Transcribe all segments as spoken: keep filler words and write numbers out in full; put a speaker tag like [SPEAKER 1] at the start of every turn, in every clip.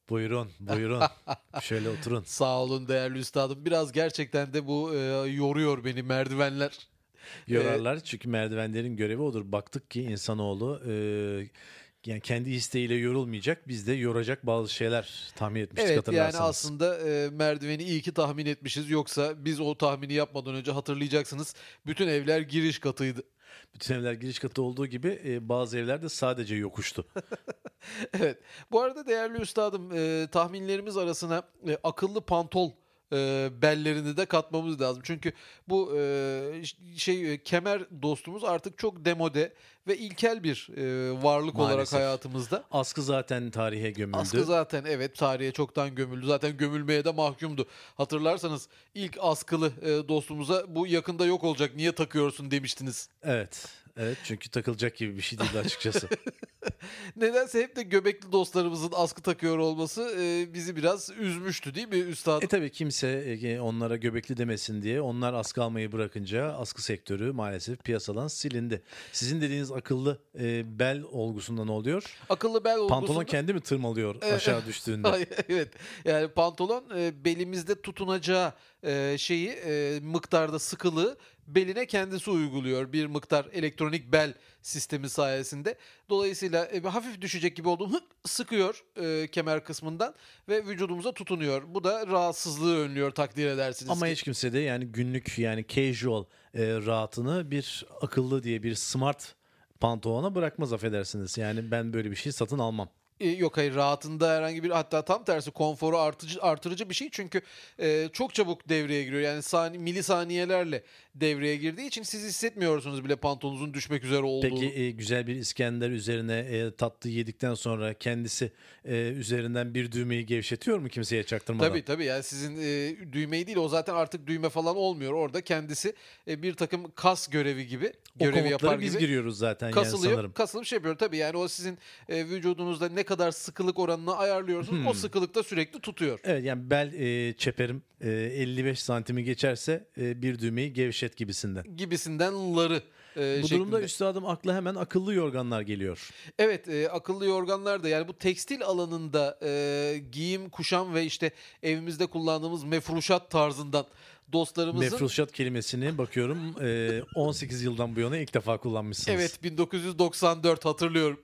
[SPEAKER 1] Buyurun, buyurun. Şöyle oturun.
[SPEAKER 2] Sağ olun değerli üstadım. Biraz gerçekten de bu e, yoruyor beni merdivenler. E,
[SPEAKER 1] Yorarlar çünkü merdivenlerin görevi odur. Baktık ki insanoğlu e, yani kendi isteğiyle yorulmayacak. Biz de yoracak bazı şeyler tahmin etmiştik,
[SPEAKER 2] evet, yani
[SPEAKER 1] hatırlarsanız.
[SPEAKER 2] aslında e, merdiveni iyi ki tahmin etmişiz. Yoksa biz o tahmini yapmadan önce hatırlayacaksınız. Bütün evler giriş katıydı.
[SPEAKER 1] Bütün evler giriş katı olduğu gibi e, bazı evlerde sadece yokuştu.
[SPEAKER 2] Evet. Bu arada değerli üstadım, e, tahminlerimiz arasına e, akıllı pantol e, bellerini de katmamız lazım. Çünkü bu e, ş- şey e, kemer dostumuz artık çok demode ve ilkel bir e, varlık olarak
[SPEAKER 1] Maalesef.
[SPEAKER 2] hayatımızda.
[SPEAKER 1] Askı zaten tarihe gömüldü.
[SPEAKER 2] Askı zaten evet tarihe çoktan gömüldü. Zaten gömülmeye de mahkumdu. Hatırlarsanız ilk askılı e, dostumuza bu yakında yok olacak, niye takıyorsun demiştiniz.
[SPEAKER 1] Evet. Evet, çünkü takılacak gibi bir şey değildi açıkçası.
[SPEAKER 2] Nedense hep de göbekli dostlarımızın askı takıyor olması e, bizi biraz üzmüştü değil mi üstadım?
[SPEAKER 1] E tabii kimse e, onlara göbekli demesin diye onlar askı almayı bırakınca askı sektörü maalesef piyasadan silindi. Sizin dediğiniz akıllı e, bel olgusundan oluyor.
[SPEAKER 2] Akıllı bel olgusunda...
[SPEAKER 1] Pantolon kendi mi tırmalıyor
[SPEAKER 2] Evet.
[SPEAKER 1] aşağı düştüğünde?
[SPEAKER 2] Ay, evet. Yani pantolon e, belimizde tutunacağı e, şeyi e, miktarda sıkılığı beline kendisi uyguluyor. Bir miktar elektronik bel sistemi sayesinde. Dolayısıyla e, hafif düşecek gibi olduğum hık sıkıyor e, kemer kısmından ve vücudumuza tutunuyor. Bu da rahatsızlığı önlüyor takdir edersiniz
[SPEAKER 1] Ama
[SPEAKER 2] ki.
[SPEAKER 1] hiç kimse de yani günlük yani casual e, rahatını bir akıllı diye bir smart pantolona bırakmaz, affedersiniz. Yani ben böyle bir şey satın almam.
[SPEAKER 2] E, Yok hayır, rahatında herhangi bir, hatta tam tersi konforu artıcı, artırıcı bir şey çünkü e, çok çabuk devreye giriyor. Yani sani, milisaniyelerle devreye girdiği için siz hissetmiyorsunuz bile pantolonunuzun düşmek üzere olduğunu.
[SPEAKER 1] Peki e, güzel bir İskender üzerine e, tatlı yedikten sonra kendisi e, üzerinden bir düğmeyi gevşetiyor mu kimseye çaktırmadan?
[SPEAKER 2] Tabii tabii, yani sizin e, düğmeyi değil, o zaten artık düğme falan olmuyor. Orada kendisi e, bir takım kas görevi gibi,
[SPEAKER 1] O
[SPEAKER 2] görevi yapar
[SPEAKER 1] komutları biz
[SPEAKER 2] gibi
[SPEAKER 1] giriyoruz zaten yani
[SPEAKER 2] kasılıyor.
[SPEAKER 1] sanırım.
[SPEAKER 2] Kasılıp şey yapıyor. Tabii yani o sizin e, vücudunuzda ne kadar sıkılık oranını ayarlıyorsunuz.
[SPEAKER 1] Hmm.
[SPEAKER 2] O sıkılıkta sürekli tutuyor.
[SPEAKER 1] Evet, yani bel e, çeperim e, elli beş santimi geçerse e, bir düğmeyi gevşet gibisinden.
[SPEAKER 2] Gibisinden ları e,
[SPEAKER 1] Bu durumda
[SPEAKER 2] şeklinde.
[SPEAKER 1] üstadım akla hemen akıllı yorganlar geliyor.
[SPEAKER 2] Evet, e, akıllı yorganlar da, yani bu tekstil alanında e, giyim, kuşam ve işte evimizde kullandığımız mefruşat tarzından dostlarımızın...
[SPEAKER 1] Mefruşat kelimesini bakıyorum e, on sekiz yıldan bu yana ilk defa kullanmışsınız.
[SPEAKER 2] Evet, bin dokuz yüz doksan dört hatırlıyorum.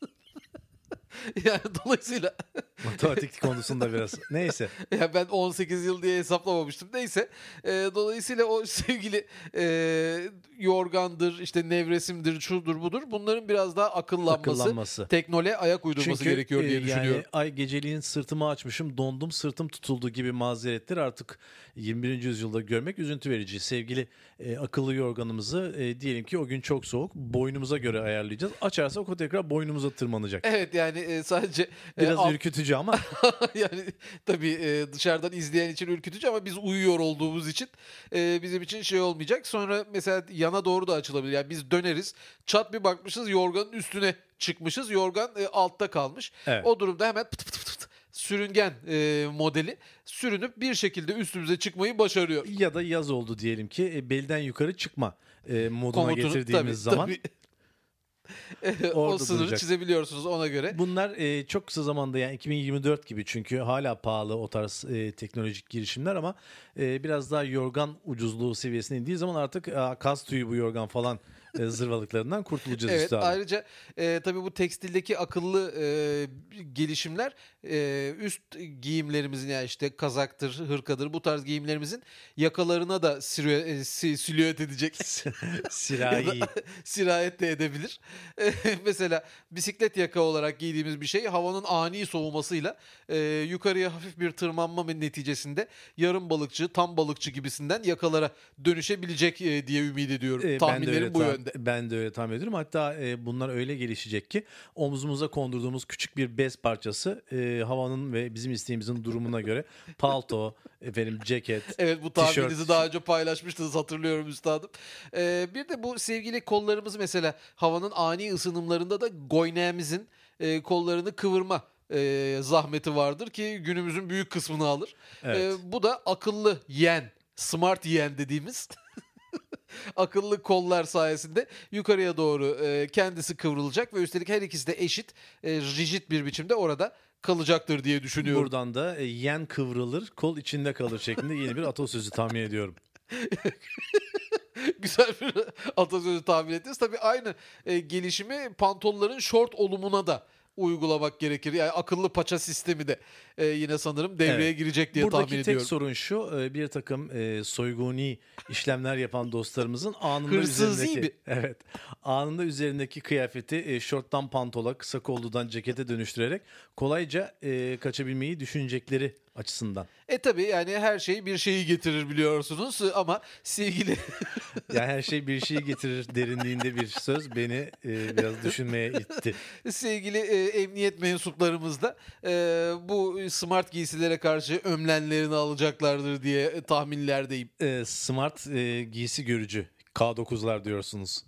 [SPEAKER 2] Yani dolayısıyla
[SPEAKER 1] Matematik konusunda biraz. Neyse.
[SPEAKER 2] ya ben on sekiz yıl diye hesaplamamıştım. Neyse. E, dolayısıyla o sevgili e, yorgandır, işte nevresimdir, şudur budur. Bunların biraz daha akıllanması,
[SPEAKER 1] Akıllanması.
[SPEAKER 2] teknole ayak uydurması
[SPEAKER 1] Çünkü
[SPEAKER 2] gerekiyor diye
[SPEAKER 1] e,
[SPEAKER 2] düşünüyorum.
[SPEAKER 1] yani ay geceliğin sırtımı açmışım, dondum, sırtım tutuldu gibi mazeretler artık yirmi birinci yüzyılda görmek üzüntü verici. Sevgili e, akıllı yorganımızı e, diyelim ki o gün çok soğuk, boynumuza göre ayarlayacağız. Açarsak o tekrar boynumuza tırmanacak.
[SPEAKER 2] Evet, yani e, sadece e,
[SPEAKER 1] Biraz
[SPEAKER 2] alt-
[SPEAKER 1] ürkütücü ama
[SPEAKER 2] yani tabii e, dışarıdan izleyen için ürkütücü ama biz uyuyor olduğumuz için e, bizim için şey olmayacak. Sonra mesela yana doğru da açılabilir. Yani biz döneriz, çat bir bakmışız yorganın üstüne çıkmışız. Yorgan e, altta kalmış.
[SPEAKER 1] Evet.
[SPEAKER 2] O durumda hemen pıt pıt pıt pıt sürüngen e, modeli sürünüp bir şekilde üstümüze çıkmayı başarıyor.
[SPEAKER 1] ya da yaz oldu diyelim ki e, belden yukarı çıkma e, moduna
[SPEAKER 2] Komutunu
[SPEAKER 1] getirdiğimiz
[SPEAKER 2] tabii,
[SPEAKER 1] zaman
[SPEAKER 2] tabii. o
[SPEAKER 1] orada
[SPEAKER 2] sınırı
[SPEAKER 1] duracak.
[SPEAKER 2] çizebiliyorsunuz ona göre.
[SPEAKER 1] Bunlar e, çok kısa zamanda, yani iki bin yirmi dört gibi, çünkü hala pahalı o tarz e, teknolojik girişimler ama e, biraz daha yorgan ucuzluğu seviyesine indiği zaman artık e, kas tüyü bu yorgan falan e, zırvalıklarından kurtulacağız
[SPEAKER 2] Evet,
[SPEAKER 1] üstadım.
[SPEAKER 2] ayrıca e, tabii bu tekstildeki akıllı e, gelişimler e, üst giyimlerimizin, yani işte kazaktır, hırkadır, bu tarz giyimlerimizin yakalarına da silüet, e, si- silüet edecek. Ya
[SPEAKER 1] Silahi.
[SPEAKER 2] da sirayet de edebilir. E, mesela bisiklet yaka olarak giydiğimiz bir şey havanın ani soğumasıyla e, yukarıya hafif bir tırmanma neticesinde yarım balıkçı, tam balıkçı gibisinden yakalara dönüşebilecek e, diye ümit ediyorum.
[SPEAKER 1] E, ben de
[SPEAKER 2] Tahminlerim
[SPEAKER 1] öyle
[SPEAKER 2] bu
[SPEAKER 1] tam-
[SPEAKER 2] yönde.
[SPEAKER 1] Ben de öyle tahmin ediyorum. Hatta e, bunlar öyle gelişecek ki omzumuza kondurduğumuz küçük bir bez parçası e, havanın ve bizim isteğimizin durumuna göre palto, efendim ceket,
[SPEAKER 2] Evet, bu
[SPEAKER 1] tişört.
[SPEAKER 2] tahmininizi daha önce paylaşmıştınız, hatırlıyorum üstadım. Ee, bir de bu sevgili kollarımız mesela havanın ani ısınımlarında da goynemizin e, kollarını kıvırma e, zahmeti vardır ki günümüzün büyük kısmını alır.
[SPEAKER 1] Evet.
[SPEAKER 2] E, bu da akıllı yen, smart yen dediğimiz akıllı kollar sayesinde yukarıya doğru e, kendisi kıvrılacak ve üstelik her ikisi de eşit, e, rigid bir biçimde orada kalacaktır diye düşünüyorum.
[SPEAKER 1] Buradan da e, yen kıvrılır, kol içinde kalır şeklinde yeni bir atasözü tahmin ediyorum.
[SPEAKER 2] Güzel bir atasözü tahmin ettiniz. Tabii aynı e, gelişimi pantolonların short olumuna da uygulamak gerekir. Yani akıllı paça sistemi de e, yine sanırım devreye
[SPEAKER 1] Evet.
[SPEAKER 2] girecek diye
[SPEAKER 1] Buradaki
[SPEAKER 2] tahmin
[SPEAKER 1] tek
[SPEAKER 2] ediyorum.
[SPEAKER 1] sorun şu, e, bir takım e, soyguni işlemler yapan dostlarımızın anında
[SPEAKER 2] Hırsız
[SPEAKER 1] üzerindeki
[SPEAKER 2] değil mi?
[SPEAKER 1] evet anında üzerindeki kıyafeti e, şorttan pantola, kısa kolludan cekete dönüştürerek kolayca e, kaçabilmeyi düşünecekleri açısından.
[SPEAKER 2] E tabii yani her şey bir şeyi getirir biliyorsunuz ama sevgili
[SPEAKER 1] Yani her şey bir şeyi getirir derinliğinde bir söz beni e, biraz düşünmeye itti.
[SPEAKER 2] sevgili e, emniyet mensuplarımız da e, bu smart giysilere karşı önlemlerini alacaklardır diye e, tahminlerdeyim.
[SPEAKER 1] E, smart e, giysi görücü K dokuzlar diyorsunuz.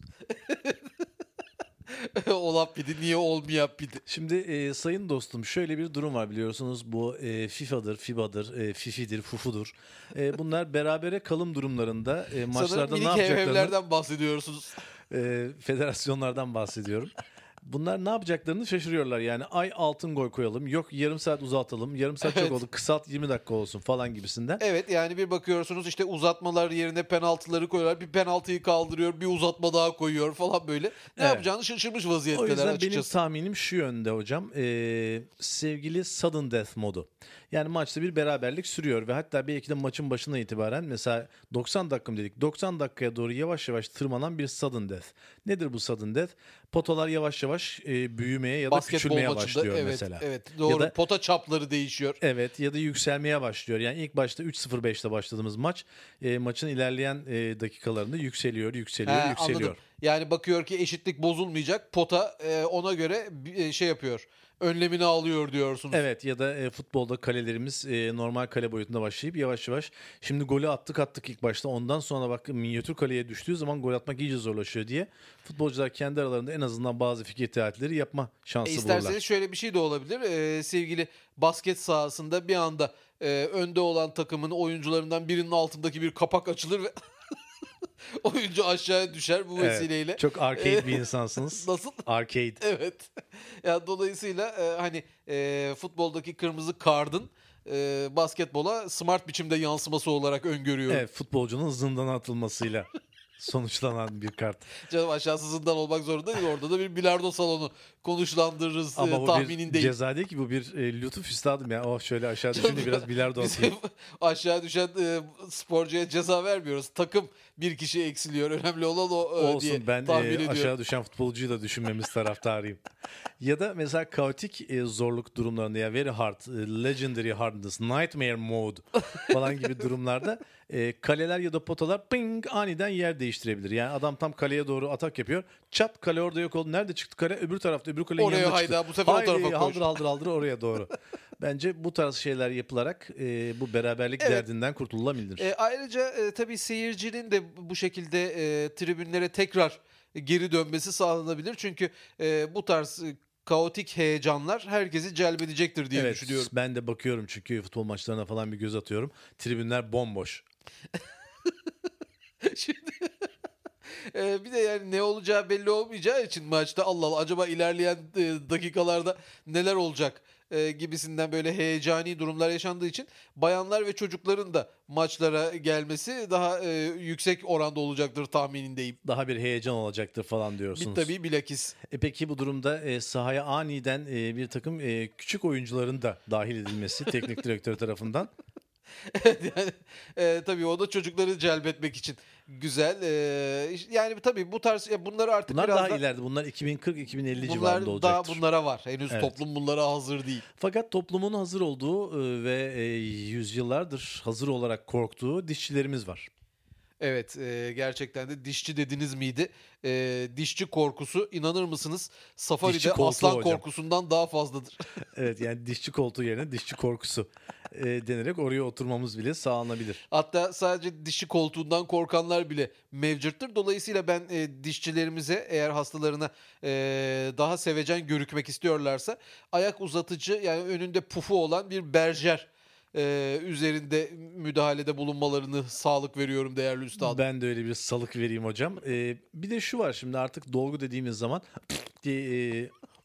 [SPEAKER 2] Olap bidi niye olmayap bidi.
[SPEAKER 1] Şimdi e, sayın dostum şöyle bir durum var biliyorsunuz bu e, FIFA'dır, FIBA'dır, e, FIFI'dir, FUFU'dur. E, bunlar berabere kalım durumlarında e,
[SPEAKER 2] Sanırım
[SPEAKER 1] maçlarda ne
[SPEAKER 2] minik
[SPEAKER 1] yapacaklarını
[SPEAKER 2] hevhevlerden bahsediyorsunuz.
[SPEAKER 1] e, federasyonlardan bahsediyorum. Bunlar ne yapacaklarını şaşırıyorlar. Yani ay altın gol koyalım, yok yarım saat uzaltalım, yarım saat
[SPEAKER 2] Evet.
[SPEAKER 1] çok oldu, kısalt yirmi dakika olsun falan gibisinden.
[SPEAKER 2] Evet yani bir bakıyorsunuz işte uzatmalar yerine penaltıları koyuyorlar. Bir penaltıyı kaldırıyor, bir uzatma daha koyuyor falan böyle. Ne
[SPEAKER 1] Evet.
[SPEAKER 2] yapacağını şaşırmış
[SPEAKER 1] O
[SPEAKER 2] vaziyetteler
[SPEAKER 1] yüzden benim
[SPEAKER 2] açıkçası.
[SPEAKER 1] tahminim şu yönde hocam. Ee, sevgili sudden death modu. Yani maçta bir beraberlik sürüyor ve hatta belki de maçın başından itibaren mesela doksan dakika mı dedik? doksan dakikaya doğru yavaş yavaş tırmanan bir sudden death. Nedir bu sudden death? Potalar yavaş yavaş e, büyümeye ya da
[SPEAKER 2] Basketbol
[SPEAKER 1] küçülmeye
[SPEAKER 2] maçında
[SPEAKER 1] başlıyor
[SPEAKER 2] evet,
[SPEAKER 1] mesela.
[SPEAKER 2] evet doğru.
[SPEAKER 1] Ya da
[SPEAKER 2] Pota çapları değişiyor.
[SPEAKER 1] evet ya da yükselmeye başlıyor. Yani ilk başta üç sıfır beşte başladığımız maç e, maçın ilerleyen e, dakikalarında yükseliyor, yükseliyor,
[SPEAKER 2] He,
[SPEAKER 1] yükseliyor.
[SPEAKER 2] anladım. Yani bakıyor ki eşitlik bozulmayacak. Pota e, ona göre bir- e, şey yapıyor. Önlemini alıyor diyorsunuz.
[SPEAKER 1] Evet ya da e, futbolda kalelerimiz e, normal kale boyutunda başlayıp yavaş yavaş şimdi golü attık attık ilk başta ondan sonra bak minyatür kaleye düştüğü zaman gol atmak iyice zorlaşıyor diye futbolcular kendi aralarında en azından bazı fikir teatileri yapma
[SPEAKER 2] E,
[SPEAKER 1] şansı
[SPEAKER 2] isterseniz
[SPEAKER 1] bulurlar.
[SPEAKER 2] şöyle bir şey de olabilir. E, sevgili basket sahasında bir anda e, önde olan takımın oyuncularından birinin altındaki bir kapak açılır ve oyuncu aşağıya düşer bu
[SPEAKER 1] Evet,
[SPEAKER 2] vesileyle.
[SPEAKER 1] çok arcade
[SPEAKER 2] E,
[SPEAKER 1] bir insansınız.
[SPEAKER 2] Nasıl?
[SPEAKER 1] Arcade.
[SPEAKER 2] Evet. Ya dolayısıyla e, hani e, futboldaki kırmızı kardın e, basketbola smart biçimde yansıması olarak öngörüyorum.
[SPEAKER 1] Evet futbolcunun zindana atılmasıyla sonuçlanan bir kart.
[SPEAKER 2] Canım aşağısı zindan olmak zorunda değil. Orada da bir bilardo salonu konuşlandırırız
[SPEAKER 1] Ama
[SPEAKER 2] e,
[SPEAKER 1] bu bir
[SPEAKER 2] tahminindeyim.
[SPEAKER 1] ceza değil ki bu bir e, lütuf üstadım ya. Oh şöyle aşağı düşünce biraz bilardo
[SPEAKER 2] Bizim
[SPEAKER 1] atayım.
[SPEAKER 2] aşağı düşen e, sporcuya ceza vermiyoruz. Takım bir kişi eksiliyor. Önemli olan o e, diye
[SPEAKER 1] Olsun ben
[SPEAKER 2] tahmin
[SPEAKER 1] e,
[SPEAKER 2] ediyorum.
[SPEAKER 1] aşağı düşen futbolcuyu da düşünmemiz taraftarıyım. Ya da mesela kaotik e, zorluk durumlarında ya very hard, e, legendary hardness, nightmare mode falan gibi durumlarda e, kaleler ya da potalar ping aniden yer değiştirebilir. Yani adam tam kaleye doğru atak yapıyor. Çat kale orada yok oldu. Nerede çıktı kale? Öbür tarafta öbür kalenin
[SPEAKER 2] Oraya
[SPEAKER 1] yanına çıktı.
[SPEAKER 2] hayda, bu sefer o
[SPEAKER 1] Haydi,
[SPEAKER 2] tarafa koş.
[SPEAKER 1] haldır haldır haldır oraya doğru. Bence bu tarz şeyler yapılarak e, bu beraberlik
[SPEAKER 2] Evet.
[SPEAKER 1] derdinden kurtululabilir.
[SPEAKER 2] E, ayrıca e, tabii seyircinin de bu şekilde e, tribünlere tekrar geri dönmesi sağlanabilir. Çünkü e, bu tarz e, kaotik heyecanlar herkesi celbedecektir diye
[SPEAKER 1] Evet,
[SPEAKER 2] düşünüyorum.
[SPEAKER 1] ben de bakıyorum çünkü futbol maçlarına falan bir göz atıyorum. Tribünler bomboş.
[SPEAKER 2] Şimdi e, bir de yani ne olacağı belli olmayacağı için maçta Allah Allah acaba ilerleyen e, dakikalarda neler olacak e, gibisinden böyle heyecani durumlar yaşandığı için bayanlar ve çocukların da maçlara gelmesi daha e, yüksek oranda olacaktır tahminindeyim.
[SPEAKER 1] Daha bir heyecan olacaktır falan
[SPEAKER 2] Bir
[SPEAKER 1] diyorsunuz.
[SPEAKER 2] tabii bilakis.
[SPEAKER 1] E peki bu durumda e, sahaya aniden e, bir takım e, küçük oyuncuların da dahil edilmesi teknik direktör tarafından.
[SPEAKER 2] Evet, yani e, tabii o da çocukları celbetmek için güzel. E, iş- yani tabii bu tarz ya bunları artık
[SPEAKER 1] Bunlar
[SPEAKER 2] biraz
[SPEAKER 1] daha
[SPEAKER 2] da
[SPEAKER 1] ileride. Bunlar iki bin kırk iki bin elli
[SPEAKER 2] bunlar
[SPEAKER 1] civarında
[SPEAKER 2] daha
[SPEAKER 1] olacaktır.
[SPEAKER 2] bunlara var. Henüz
[SPEAKER 1] Evet.
[SPEAKER 2] toplum bunlara hazır değil.
[SPEAKER 1] Fakat toplumun hazır olduğu e, ve e, yüzyıllardır hazır olarak korktuğu dişçilerimiz var.
[SPEAKER 2] Evet, e, gerçekten de dişçi dediniz miydi? E, dişçi korkusu inanır mısınız?
[SPEAKER 1] Dişçi
[SPEAKER 2] Safari'de
[SPEAKER 1] koltuğu
[SPEAKER 2] aslan
[SPEAKER 1] hocam.
[SPEAKER 2] korkusundan daha fazladır.
[SPEAKER 1] Evet yani dişçi koltuğu yerine dişçi korkusu e, denerek oraya oturmamız bile sağlanabilir.
[SPEAKER 2] Hatta sadece dişçi koltuğundan korkanlar bile mevcuttur. Dolayısıyla ben e, dişçilerimize eğer hastalarına e, daha sevecen görükmek istiyorlarsa ayak uzatıcı yani önünde pufu olan bir berjer e, üzerinde müdahalede bulunmalarını sağlık veriyorum değerli üstadım.
[SPEAKER 1] Ben de öyle bir salık vereyim hocam. E, bir de şu var şimdi artık dolgu dediğimiz zaman diye, e,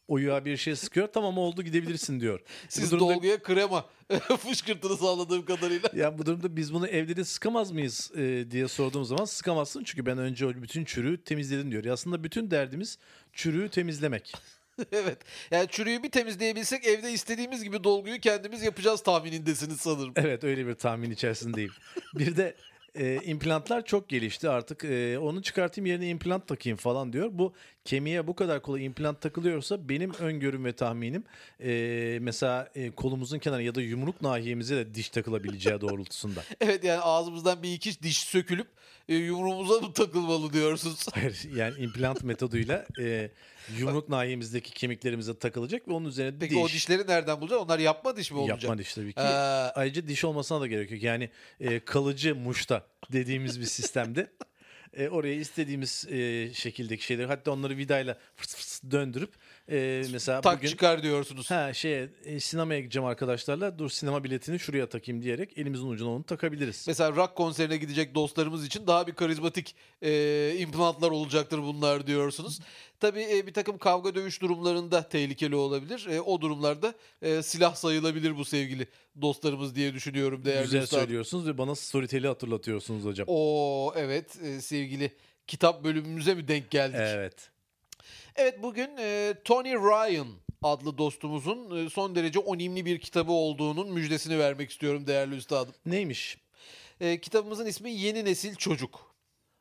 [SPEAKER 1] oyuğa bir şey sıkıyor. Tamam oldu gidebilirsin diyor.
[SPEAKER 2] Siz
[SPEAKER 1] Bu durumda,
[SPEAKER 2] dolguya krema fışkırttınız anladığım kadarıyla.
[SPEAKER 1] ya bu durumda biz bunu evde de sıkamaz mıyız e, diye sorduğum zaman sıkamazsın. Çünkü ben önce o bütün çürüğü temizledim diyor. Ya aslında bütün derdimiz çürüğü temizlemek.
[SPEAKER 2] Evet. Yani çürüğü bir temizleyebilsek evde istediğimiz gibi dolguyu kendimiz yapacağız tahminindesiniz sanırım.
[SPEAKER 1] Evet öyle bir tahmin içerisindeyim. Bir de e, implantlar çok gelişti artık e, onu çıkartayım yerine implant takayım falan diyor. Bu kemiğe bu kadar kolay implant takılıyorsa benim öngörüm ve tahminim e, mesela e, kolumuzun kenarı ya da yumruk nahiyemize de diş takılabileceği doğrultusunda.
[SPEAKER 2] Evet yani ağzımızdan bir iki diş sökülüp e, yumruğumuza mı takılmalı diyorsunuz?
[SPEAKER 1] Hayır, yani implant metoduyla e, yumruk nahiyemizdeki kemiklerimize takılacak ve onun üzerine
[SPEAKER 2] Peki
[SPEAKER 1] diş.
[SPEAKER 2] o dişleri nereden bulacağız? Onlar yapma diş mi olacak?
[SPEAKER 1] Yapma diş tabii ki.
[SPEAKER 2] Ee,
[SPEAKER 1] Ayrıca diş olmasına da gerek yok. Yani e, kalıcı muşta dediğimiz bir sistemde e, oraya istediğimiz e, şekildeki şeyleri hatta onları vidayla fırs fırs döndürüp e, mesela
[SPEAKER 2] tak
[SPEAKER 1] bugün
[SPEAKER 2] çıkar diyorsunuz.
[SPEAKER 1] ha şeye e, sinemaya gideceğim arkadaşlarla dur sinema biletini şuraya takayım diyerek elimizin ucuna onu takabiliriz.
[SPEAKER 2] Mesela rock konserine gidecek dostlarımız için daha bir karizmatik e, implantlar olacaktır bunlar diyorsunuz. Tabii e, bir takım kavga dövüş durumlarında tehlikeli olabilir. E, o durumlarda e, silah sayılabilir bu sevgili dostlarımız diye düşünüyorum değerli
[SPEAKER 1] Güzel
[SPEAKER 2] üstadım.
[SPEAKER 1] söylüyorsunuz ve bana Storytel'i hatırlatıyorsunuz hocam.
[SPEAKER 2] Oo evet e, sevgili kitap bölümümüze mi denk geldik?
[SPEAKER 1] Evet.
[SPEAKER 2] Evet bugün e, Tony Ryan adlı dostumuzun e, son derece önemli bir kitabı olduğunun müjdesini vermek istiyorum değerli üstadım.
[SPEAKER 1] Neymiş?
[SPEAKER 2] E, kitabımızın ismi Yeni Nesil Çocuk.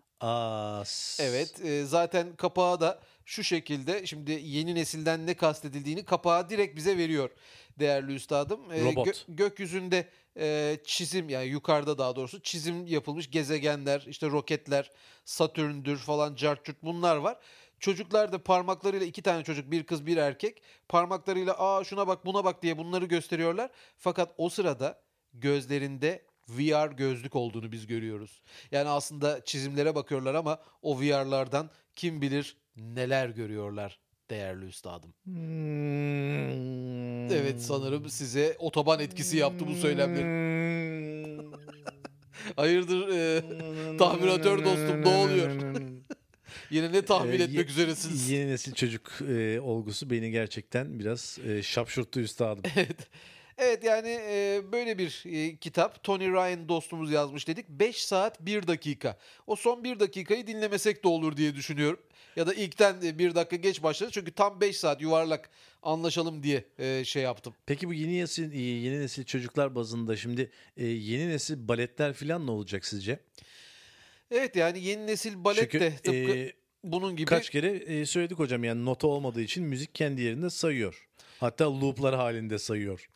[SPEAKER 1] Aa, s-
[SPEAKER 2] Evet e, zaten kapağı da şu şekilde. Şimdi yeni nesilden ne kastedildiğini kapağı direkt bize veriyor değerli üstadım. E,
[SPEAKER 1] Robot.
[SPEAKER 2] gö- gökyüzünde e, çizim yani yukarıda daha doğrusu çizim yapılmış gezegenler işte roketler Satürn'dür falan cartçut bunlar var. Çocuklar da parmaklarıyla iki tane çocuk bir kız bir erkek parmaklarıyla aa şuna bak buna bak diye bunları gösteriyorlar. Fakat o sırada gözlerinde V R gözlük olduğunu biz görüyoruz. Yani aslında çizimlere bakıyorlar ama o V R'lardan kim bilir neler görüyorlar değerli üstadım.
[SPEAKER 1] Hmm.
[SPEAKER 2] Evet sanırım size otoban etkisi yaptı bu söylemlerim. Hayırdır e, tahminatör dostum ne oluyor? Yine ne tahmin
[SPEAKER 1] Ee,
[SPEAKER 2] etmek
[SPEAKER 1] ye-
[SPEAKER 2] üzeresiniz?
[SPEAKER 1] Yeni nesil çocuk e, olgusu beni gerçekten biraz e, şapşurttu üstadım.
[SPEAKER 2] Evet. Evet yani e, böyle bir e, kitap Tony Ryan dostumuz yazmış dedik. beş saat bir dakika. O son bir dakikayı dinlemesek de olur diye düşünüyorum. Ya da ilkten e, bir dakika geç başladı. Çünkü tam beş saat yuvarlak anlaşalım diye e, şey yaptım.
[SPEAKER 1] Peki bu yeni nesil e, yeni nesil çocuklar bazında şimdi e, yeni nesil baletler falan ne olacak sizce?
[SPEAKER 2] Evet yani yeni nesil balet
[SPEAKER 1] Çünkü
[SPEAKER 2] de tıpkı
[SPEAKER 1] e,
[SPEAKER 2] bunun gibi.
[SPEAKER 1] kaç kere e, söyledik hocam yani nota olmadığı için müzik kendi yerinde sayıyor. Hatta looplar halinde sayıyor.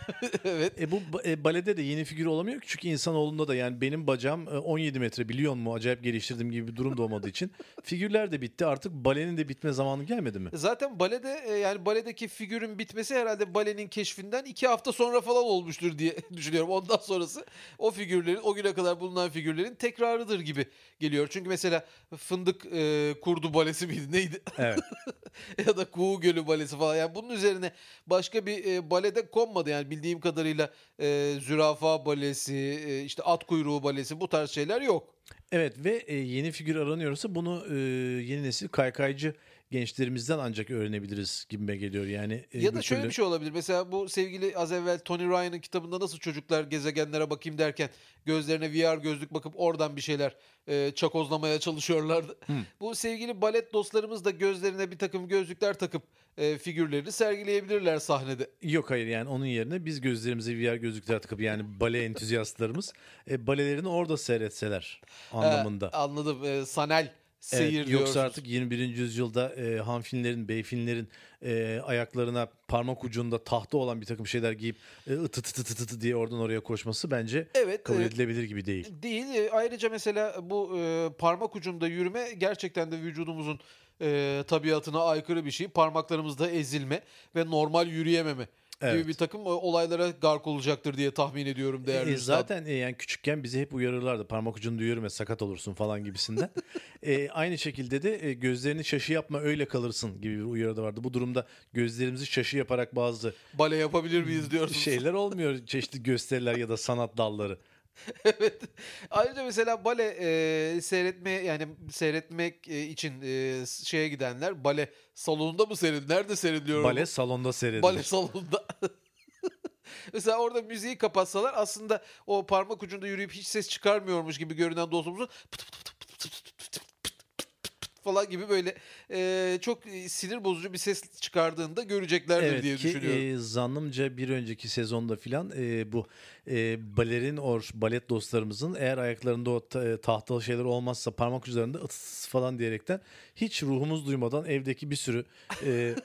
[SPEAKER 2] Evet.
[SPEAKER 1] E bu ba- e, balede de yeni figür olamıyor ki çünkü insanoğlunda da yani benim bacağım e, on yedi metre biliyor mu acayip geliştirdiğim gibi bir durum da olmadığı için figürler de bitti artık balenin de bitme zamanı gelmedi mi?
[SPEAKER 2] Zaten balede e, yani baledeki figürün bitmesi herhalde balenin keşfinden iki hafta sonra falan olmuştur diye düşünüyorum. Ondan sonrası o figürlerin o güne kadar bulunan figürlerin tekrarıdır gibi geliyor. Çünkü mesela fındık e, kurdu balesi miydi neydi?
[SPEAKER 1] Evet.
[SPEAKER 2] Ya da Kuğu Gölü balesi falan. Yani bunun üzerine başka bir e, balede konmadı. Yani bildiğim kadarıyla e, zürafa balesi, e, işte at kuyruğu balesi bu tarz şeyler yok.
[SPEAKER 1] Evet ve e, yeni figür aranıyorsa bunu e, yeni nesil kaykaycı gençlerimizden ancak öğrenebiliriz gibime geliyor. Yani e,
[SPEAKER 2] Ya da
[SPEAKER 1] bir
[SPEAKER 2] şöyle
[SPEAKER 1] türlü-
[SPEAKER 2] bir şey olabilir. Mesela bu sevgili az evvel Tony Ryan'ın kitabında nasıl çocuklar gezegenlere bakayım derken gözlerine V R gözlük bakıp oradan bir şeyler e, çakozlamaya çalışıyorlardı. Bu sevgili balet dostlarımız da gözlerine bir takım gözlükler takıp e, figürlerini sergileyebilirler sahnede.
[SPEAKER 1] Yok hayır yani onun yerine biz gözlerimize V R gözlükler takıp yani bale entüziyastlarımız e, balelerini orada seyretseler anlamında.
[SPEAKER 2] E, anladım. E, sanal
[SPEAKER 1] Evet,
[SPEAKER 2] seyir
[SPEAKER 1] yoksa
[SPEAKER 2] diyorsunuz.
[SPEAKER 1] artık yirmi birinci yüzyılda e, hanfinlerin, beyfinlerin e, ayaklarına parmak ucunda tahta olan bir takım şeyler giyip e, ıtı tı tı tı tı tı diye oradan oraya koşması bence
[SPEAKER 2] Evet,
[SPEAKER 1] kabul
[SPEAKER 2] e,
[SPEAKER 1] edilebilir gibi değil.
[SPEAKER 2] Değil. E, Ayrıca mesela bu e, parmak ucunda yürüme gerçekten de vücudumuzun e, tabiatına aykırı bir şey. Parmaklarımızda ezilme ve normal yürüyememe gibi
[SPEAKER 1] Evet.
[SPEAKER 2] bir takım e, olaylara gark olacaktır diye tahmin ediyorum değerli
[SPEAKER 1] E,
[SPEAKER 2] üstadım.
[SPEAKER 1] zaten e, yani küçükken bizi hep uyarırlardı parmak ucunda yürüme sakat olursun falan gibisinden. E, aynı şekilde de e, gözlerini şaşı yapma öyle kalırsın gibi bir uyarı da vardı. Bu durumda gözlerimizi şaşı yaparak bazı
[SPEAKER 2] Bale yapabilir miyiz diyorsunuz.
[SPEAKER 1] şeyler olmuyor çeşitli gösteriler ya da sanat dalları.
[SPEAKER 2] Evet. Ayrıca mesela bale, eee, seyretme yani seyretmek, eee, için, eee, s şeye gidenler, bale salonunda mı seyrediliyor? Nerede seyrediliyor
[SPEAKER 1] Bale
[SPEAKER 2] bu?
[SPEAKER 1] salonda
[SPEAKER 2] Bale
[SPEAKER 1] seyredilir.
[SPEAKER 2] salonunda. Mesela orada müziği kapatsalar aslında o parmak ucunda yürüyüp hiç ses çıkarmıyormuş gibi görünen dostumuzun pıt pıt pıt pıt pıt pıt pıt falan gibi böyle, eee, çok, eee, sinir bozucu bir ses çıkardığını da göreceklerdir
[SPEAKER 1] Evet
[SPEAKER 2] diye
[SPEAKER 1] ki,
[SPEAKER 2] düşünüyorum.
[SPEAKER 1] eee, zannımca bir önceki sezonda filan, eee, bu, eee, balerin or balet dostlarımızın eğer ayaklarında o ta tahtalı şeyler olmazsa parmak uçlarında "Ыtıs" falan diyerekten hiç ruhumuz duymadan evdeki bir sürü, eee,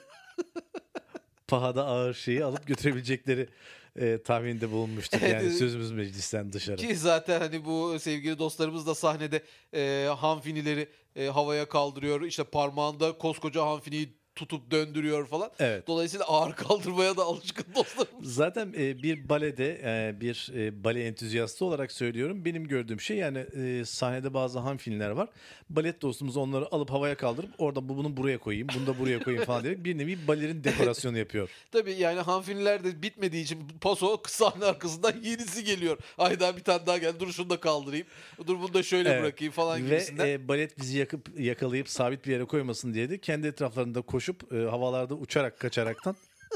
[SPEAKER 1] pahada ağır şeyi alıp götürebilecekleri, eee, tahminde bulunmuştuk.
[SPEAKER 2] Evet,
[SPEAKER 1] Yani
[SPEAKER 2] eee,
[SPEAKER 1] sözümüz meclisten dışarı.
[SPEAKER 2] ki zaten, hani, bu sevgili dostlarımız da sahnede, eee, hanfinileri, eee, havaya kaldırıyor. İşte, parmağında koskoca hanfiniyi tutup döndürüyor falan.
[SPEAKER 1] Evet.
[SPEAKER 2] Dolayısıyla ağır kaldırmaya da alışkın dostlarımız.
[SPEAKER 1] Zaten, eee, bir balede, eee, bir, eee, bale entüzyastı olarak söylüyorum. Benim gördüğüm şey, yani, eee, sahnede bazı hanfilmler var. Balet dostumuz onları alıp havaya kaldırıp orada bu bunu buraya koyayım, bunu da buraya koyayım falan diyerek bir nevi balerin dekorasyonu yapıyor.
[SPEAKER 2] Tabii, yani, hanfiniler de bitmediği için paso sahne arkasından yenisi geliyor. "Ay, daha bir tane daha geldi. Dur şunu da kaldırayım. Dur bunu da şöyle
[SPEAKER 1] Evet
[SPEAKER 2] bırakayım." falan
[SPEAKER 1] ve,
[SPEAKER 2] gibisinden.
[SPEAKER 1] eee, balet bizi yakıp yakalayıp sabit bir yere koymasın diye de kendi etraflarında koşup, eee, havalarda uçarak kaçaraktan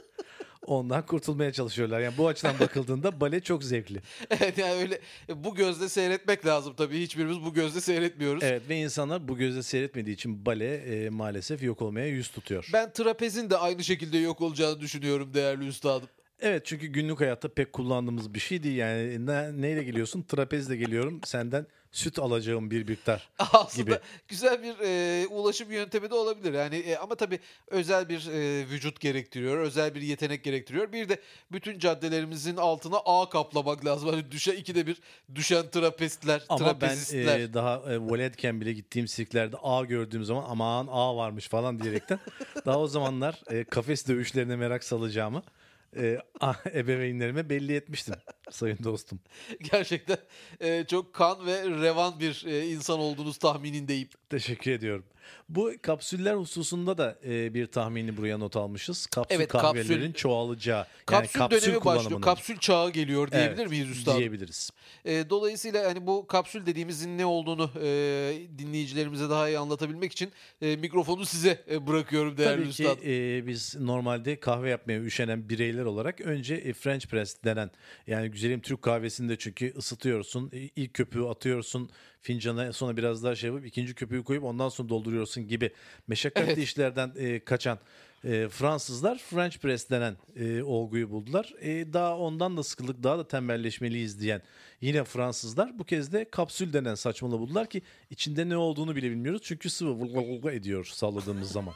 [SPEAKER 1] ondan kurtulmaya çalışıyorlar. Yani bu açıdan bakıldığında bale çok zevkli.
[SPEAKER 2] Evet, yani, öyle bu gözle seyretmek lazım tabii. Hiçbirimiz bu gözle seyretmiyoruz.
[SPEAKER 1] Evet ve insanlar bu gözle seyretmediği için bale, eee, maalesef yok olmaya yüz tutuyor.
[SPEAKER 2] Ben trapezin de aynı şekilde yok olacağını düşünüyorum değerli üstadım.
[SPEAKER 1] Evet çünkü günlük hayatta pek kullandığımız bir şey değil. Yani ne, neyle geliyorsun? Trapezle geliyorum. Senden süt alacağım bir miktar gibi.
[SPEAKER 2] Aslında güzel bir, eee, ulaşım yöntemi de olabilir. Yani, eee, ama tabii özel bir, eee, vücut gerektiriyor, özel bir yetenek gerektiriyor. Bir de bütün caddelerimizin altına ağ kaplamak lazım. Hani düşe ikide bir düşen trapezistler,
[SPEAKER 1] Ama ben
[SPEAKER 2] trapezistler.
[SPEAKER 1] eee, daha eee, voleydken bile gittiğim sirklerde ağ gördüğüm zaman aman ağ varmış falan diyerekten daha o zamanlar eee, kafes dövüşlerine merak salacağımı eee, ebeveynlerime belli etmiştim sayın dostum.
[SPEAKER 2] Gerçekten, eee, çok kan ve revan bir, eee, insan olduğunuz tahminindeyim.
[SPEAKER 1] Teşekkür ediyorum. Bu kapsüller hususunda da eee, bir tahmini buraya not almışız. Kapsül
[SPEAKER 2] Evet, kapsül
[SPEAKER 1] kahvelerin çoğalacağı yani
[SPEAKER 2] kapsül
[SPEAKER 1] kapsül
[SPEAKER 2] dönemi başlıyor.
[SPEAKER 1] kullanımının.
[SPEAKER 2] Kapsül çağı geliyor diyebilir
[SPEAKER 1] Evet,
[SPEAKER 2] miyiz üstadım?
[SPEAKER 1] diyebiliriz.
[SPEAKER 2] Eee, dolayısıyla, hani, bu kapsül dediğimizin ne olduğunu, eee, dinleyicilerimize daha iyi anlatabilmek için, eee, mikrofonu size, eee, bırakıyorum değerli
[SPEAKER 1] Tabii ki,
[SPEAKER 2] üstadım.
[SPEAKER 1] eee, biz normalde kahve yapmaya üşenen bireyler olarak önce, eee, French press denen, yani güzelim Türk kahvesinde çünkü ısıtıyorsun, i ilk köpüğü atıyorsun fincana, sonra biraz daha şey yapıp ikinci köpüğü koyup ondan sonra dolduruyorsun gibi meşakkatli
[SPEAKER 2] Evet.
[SPEAKER 1] işlerden, eee, kaçan, eee, Fransızlar French press denen, eee, olguyu buldular. Eee, daha ondan da sıkıldık, daha da tembelleşmeliyiz diyen yine Fransızlar bu kez de kapsül denen saçmalığı buldular ki içinde ne olduğunu bile bilmiyoruz. Çünkü sıvı vul vul vul ediyor salladığımız zaman.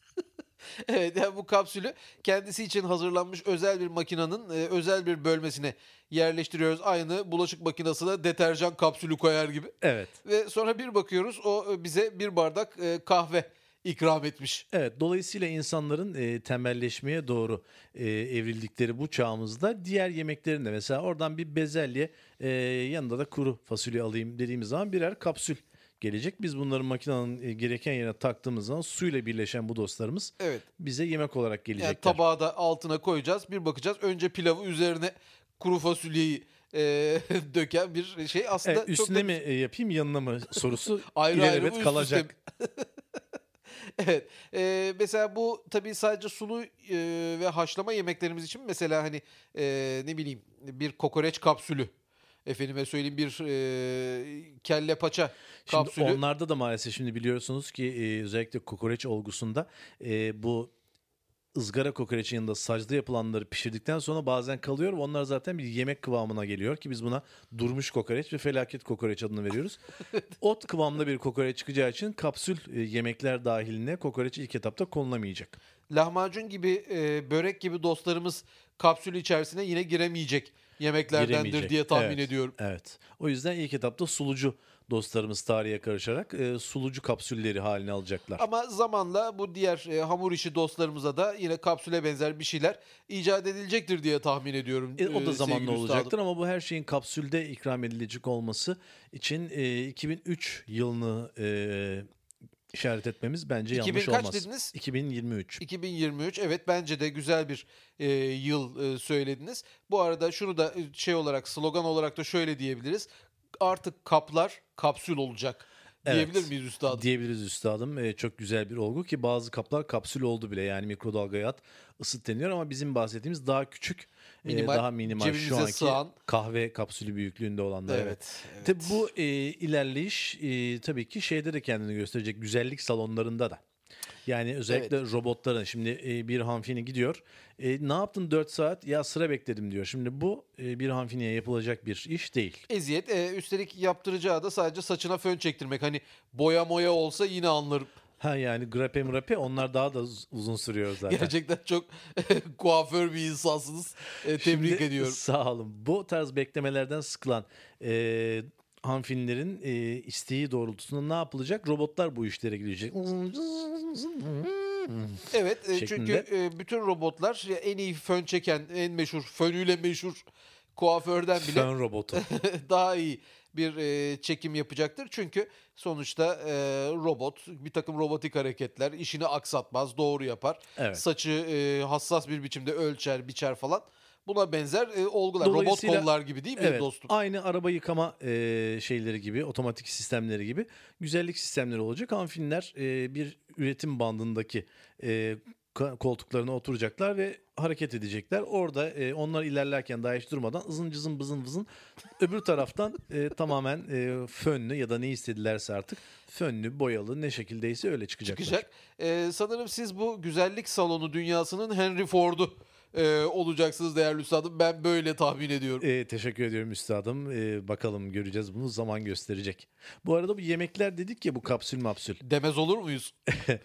[SPEAKER 2] Evet, yani, bu kapsülü kendisi için hazırlanmış özel bir makinenin, eee, özel bir bölmesine yerleştiriyoruz. Aynı bulaşık makinesine deterjan kapsülü koyar gibi
[SPEAKER 1] Evet.
[SPEAKER 2] ve sonra bir bakıyoruz o, eee, bize bir bardak, eee, kahve ikram etmiş.
[SPEAKER 1] Evet, dolayısıyla insanların, eee, tembelleşmeye doğru, eee, evrildikleri bu çağımızda diğer yemeklerin de mesela oradan bir bezelye, eee, yanında da kuru fasulye alayım dediğimiz zaman birer kapsül gelecek. Biz bunları makinenin, eee, gereken yerine taktığımız zaman suyla birleşen bu dostlarımız
[SPEAKER 2] Evet.
[SPEAKER 1] bize yemek olarak
[SPEAKER 2] Yani,
[SPEAKER 1] gelecekler.
[SPEAKER 2] tabağı da altına koyacağız. Bir bakacağız önce pilavı üzerine kuru fasulyeyi, eee, döken bir şey.
[SPEAKER 1] Evet,
[SPEAKER 2] Aslında çok
[SPEAKER 1] üstüne
[SPEAKER 2] da
[SPEAKER 1] mi, eee, yapayım yanına mı sorusu
[SPEAKER 2] ayrı ayrı mı
[SPEAKER 1] ilelebet
[SPEAKER 2] üst üste mi?
[SPEAKER 1] kalacak.
[SPEAKER 2] Evet. Eee, mesela bu tabii sadece sulu, eee, ve haşlama yemeklerimiz için mesela, hani, eee, ne bileyim, bir kokoreç kapsülü, efendime söyleyeyim bir, eee, kelle paça
[SPEAKER 1] Şimdi
[SPEAKER 2] kapsülü.
[SPEAKER 1] onlarda da maalesef şimdi biliyorsunuz ki, eee, özellikle kokoreç olgusunda, eee, bu ızgara kokoreçin yanında sacda yapılanları pişirdikten sonra bazen kalıyor ve onlar zaten bir yemek kıvamına geliyor ki biz buna durmuş kokoreç ve felaket kokoreç adını veriyoruz. O kıvamda bir kokoreç çıkacağı için kapsül e, yemekler dahiline kokoreç ilk etapta konulamayacak.
[SPEAKER 2] Lahmacun gibi, eee, börek gibi dostlarımız kapsül içerisine yine giremeyecek yemeklerdendir
[SPEAKER 1] Giremeyecek.
[SPEAKER 2] diye tahmin
[SPEAKER 1] Evet,
[SPEAKER 2] ediyorum.
[SPEAKER 1] evet. O yüzden ilk etapta sulucu dostlarımız tarihe karışarak e, sulucu kapsülleri haline alacaklar.
[SPEAKER 2] Ama zamanla bu diğer, eee, hamur işi dostlarımıza da yine kapsüle benzer bir şeyler icat edilecektir diye tahmin ediyorum,
[SPEAKER 1] E, o da
[SPEAKER 2] eee,
[SPEAKER 1] zamanla
[SPEAKER 2] sevgili üstadım.
[SPEAKER 1] olacaktır ama bu her şeyin kapsülde ikram edilecek olması için e, iki bin üç yılını e, işaret etmemiz bence
[SPEAKER 2] iki bin
[SPEAKER 1] yanlış
[SPEAKER 2] kaç
[SPEAKER 1] olmaz.
[SPEAKER 2] dediniz?
[SPEAKER 1] iki bin yirmi üç.
[SPEAKER 2] iki bin yirmi üç, evet, bence de güzel bir e, yıl e, söylediniz. Bu arada şunu da e, şey olarak, slogan olarak da şöyle diyebiliriz. Artık kaplar kapsül olacak diyebilir
[SPEAKER 1] Evet,
[SPEAKER 2] miyiz üstadım?
[SPEAKER 1] diyebiliriz üstadım. Ee, çok güzel bir olgu ki bazı kaplar kapsül oldu bile. Yani mikrodalgaya at, ısıt deniyor ama bizim bahsettiğimiz daha küçük, e,
[SPEAKER 2] Minimal,
[SPEAKER 1] daha minimal şu
[SPEAKER 2] cebimize
[SPEAKER 1] anki
[SPEAKER 2] sığan.
[SPEAKER 1] kahve kapsülü büyüklüğünde olanlar. Evet.
[SPEAKER 2] Evet, evet.
[SPEAKER 1] Tabii bu e, ilerleyiş e, tabii ki şeyde de kendini gösterecek, güzellik salonlarında da. Yani özellikle robotların şimdi e, bir hanfini gidiyor. E, ne yaptın dört saat? Ya sıra bekledim diyor. Şimdi bu e, bir hanfiniye yapılacak bir iş değil.
[SPEAKER 2] Eziyet. E, üstelik yaptıracağı da sadece saçına fön çektirmek. Hani boya moya olsa yine anlarım.
[SPEAKER 1] Ha yani grape mrape onlar daha da uz- uzun sürüyor zaten.
[SPEAKER 2] Gerçekten çok kuaför bir insansınız. E, tebrik
[SPEAKER 1] Şimdi,
[SPEAKER 2] ediyorum.
[SPEAKER 1] Sağ olun. Bu tarz beklemelerden sıkılan e, hanfinlerin e, isteği doğrultusunda ne yapılacak? Robotlar bu işlere girecek.
[SPEAKER 2] Evet, e, çünkü
[SPEAKER 1] Şeklinde.
[SPEAKER 2] e, bütün robotlar ya en iyi fön çeken, en meşhur, fönüyle meşhur kuaförden bile
[SPEAKER 1] Fön robotu.
[SPEAKER 2] daha iyi bir e, çekim yapacaktır. Çünkü sonuçta e, robot, bir takım robotik hareketler işini aksatmaz, doğru yapar.
[SPEAKER 1] Evet.
[SPEAKER 2] Saçı e, hassas bir biçimde ölçer, biçer falan. Buna benzer e, olgular. Robot
[SPEAKER 1] Dolayısıyla-
[SPEAKER 2] kollar gibi değil mi
[SPEAKER 1] Evet,
[SPEAKER 2] dostum?
[SPEAKER 1] aynı araba yıkama e, şeyleri gibi, otomatik sistemleri gibi güzellik sistemleri olacak. Hanfinler e, bir üretim bandındaki e, ka- koltuklarına oturacaklar ve hareket edecekler. Orada e, onlar ilerlerken daha hiç durmadan ızın cızın bızın vızın öbür taraftan e, tamamen e, fönlü ya da ne istedilerse artık fönlü, boyalı ne şekildeyse öyle çıkacaklar.
[SPEAKER 2] Çıkacak. E, sanırım siz bu güzellik salonu dünyasının Henry Ford'u e, olacaksınız değerli üstadım. Ben böyle tahmin ediyorum.
[SPEAKER 1] Ee, teşekkür ediyorum üstadım. Ee, bakalım göreceğiz bunu, zaman gösterecek. Bu arada bu yemekler dedik ya, bu kapsül mapsül.
[SPEAKER 2] Demez olur muyuz?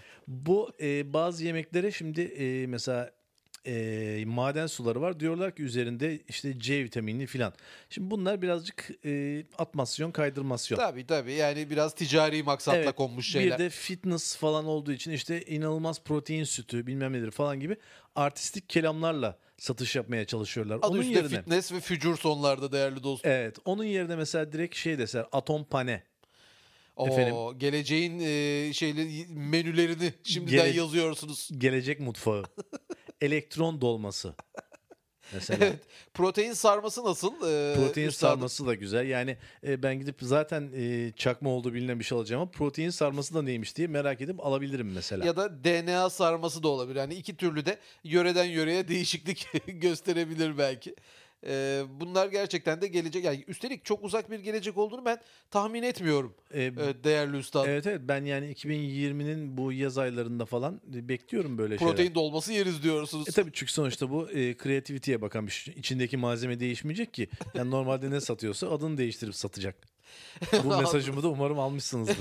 [SPEAKER 1] Bu e, bazı yemeklere şimdi e, mesela e, maden suları var. Diyorlar ki üzerinde işte C vitamini filan. Şimdi bunlar birazcık e, atmasyon, kaydırmasyon.
[SPEAKER 2] Tabii tabii, yani biraz ticari maksatla
[SPEAKER 1] Evet,
[SPEAKER 2] konmuş şeyler.
[SPEAKER 1] bir de fitness falan olduğu için işte inanılmaz protein sütü bilmem nedir falan gibi artistik kelamlarla satış yapmaya çalışıyorlar.
[SPEAKER 2] Adı
[SPEAKER 1] Onun
[SPEAKER 2] üstünde
[SPEAKER 1] yerine
[SPEAKER 2] fitness ve fücur sonlarda değerli dostum.
[SPEAKER 1] evet, onun yerine mesela direkt şey deser, atom pane.
[SPEAKER 2] Oo,
[SPEAKER 1] efendim.
[SPEAKER 2] geleceğin e, şeyleri, menülerini şimdiden
[SPEAKER 1] Gele-
[SPEAKER 2] yazıyorsunuz.
[SPEAKER 1] Gelecek mutfağı. Elektron dolması. Mesela.
[SPEAKER 2] Evet. Protein sarması nasıl? Ee,
[SPEAKER 1] Protein
[SPEAKER 2] üstadım?
[SPEAKER 1] sarması da güzel. Yani e, ben gidip zaten e, çakma olduğu bilinen bir şey alacağım ama protein sarması da neymiş diye merak edip alabilirim mesela.
[SPEAKER 2] Ya da D N A sarması da olabilir. Yani iki türlü de yöreden yöreye değişiklik gösterebilir belki. Ee, bunlar gerçekten de gelecek. Yani üstelik çok uzak bir gelecek olduğunu ben tahmin etmiyorum.
[SPEAKER 1] E,
[SPEAKER 2] Ee, değerli üstadım.
[SPEAKER 1] evet evet, ben yani iki bin yirminin bu yaz aylarında falan e, bekliyorum böyle şeyler.
[SPEAKER 2] Protein dolması yeriz diyorsunuz.
[SPEAKER 1] E tabii, çünkü sonuçta bu e, kreativiteye bakan bir şey. İçindeki malzeme değişmeyecek ki. Yani normalde ne satıyorsa adını değiştirip satacak. Bu mesajımı da umarım almışsınızdır.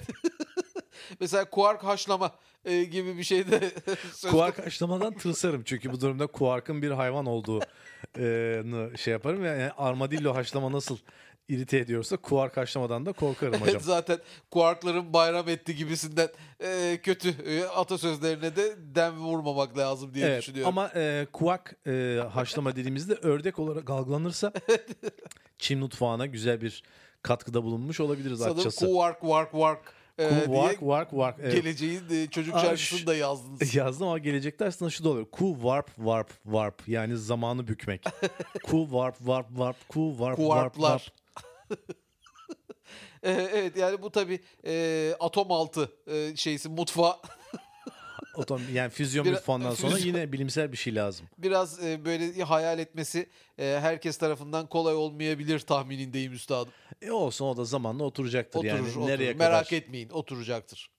[SPEAKER 2] Mesela kuark haşlama e, gibi bir şey de söz
[SPEAKER 1] Kuark haşlamadan tırsarım çünkü bu durumda kuarkın bir hayvan olduğunu şey yaparım. Yani armadillo haşlama nasıl irite ediyorsa kuark haşlamadan da korkarım hocam.
[SPEAKER 2] Zaten kuarkların bayram etti gibisinden e, kötü e, atasözlerine de dem vurmamak lazım diye
[SPEAKER 1] Evet,
[SPEAKER 2] düşünüyorum.
[SPEAKER 1] ama e, kuak e, haşlama dediğimizde ördek olarak algılanırsa Çin mutfağına güzel bir katkıda bulunmuş olabiliriz
[SPEAKER 2] Sanırım
[SPEAKER 1] açıkçası.
[SPEAKER 2] kuark vark vark e,
[SPEAKER 1] Ku
[SPEAKER 2] diye
[SPEAKER 1] vark vark vark. Evet.
[SPEAKER 2] geleceğin e, çocuk
[SPEAKER 1] Aa,
[SPEAKER 2] şarkısını
[SPEAKER 1] ş-
[SPEAKER 2] da yazdınız.
[SPEAKER 1] Yazdım ama gelecekte aslında şu da oluyor. Ku warp warp warp, yani zamanı bükmek. Ku warp warp warp ku warp warp
[SPEAKER 2] Kuarklar.
[SPEAKER 1] warp.
[SPEAKER 2] E, evet, yani bu tabii e, atom altı e, şeysi mutfağı
[SPEAKER 1] Otom yani füzyon
[SPEAKER 2] Bir-
[SPEAKER 1] mutfağından sonra
[SPEAKER 2] füzyon-
[SPEAKER 1] yine bilimsel bir şey lazım.
[SPEAKER 2] biraz e, böyle hayal etmesi e, herkes tarafından kolay olmayabilir tahminindeyim üstadım.
[SPEAKER 1] E olsun, o da zamanla oturacaktır
[SPEAKER 2] Oturur,
[SPEAKER 1] yani.
[SPEAKER 2] oturur.
[SPEAKER 1] Nereye
[SPEAKER 2] Merak
[SPEAKER 1] kadar?
[SPEAKER 2] etmeyin, oturacaktır.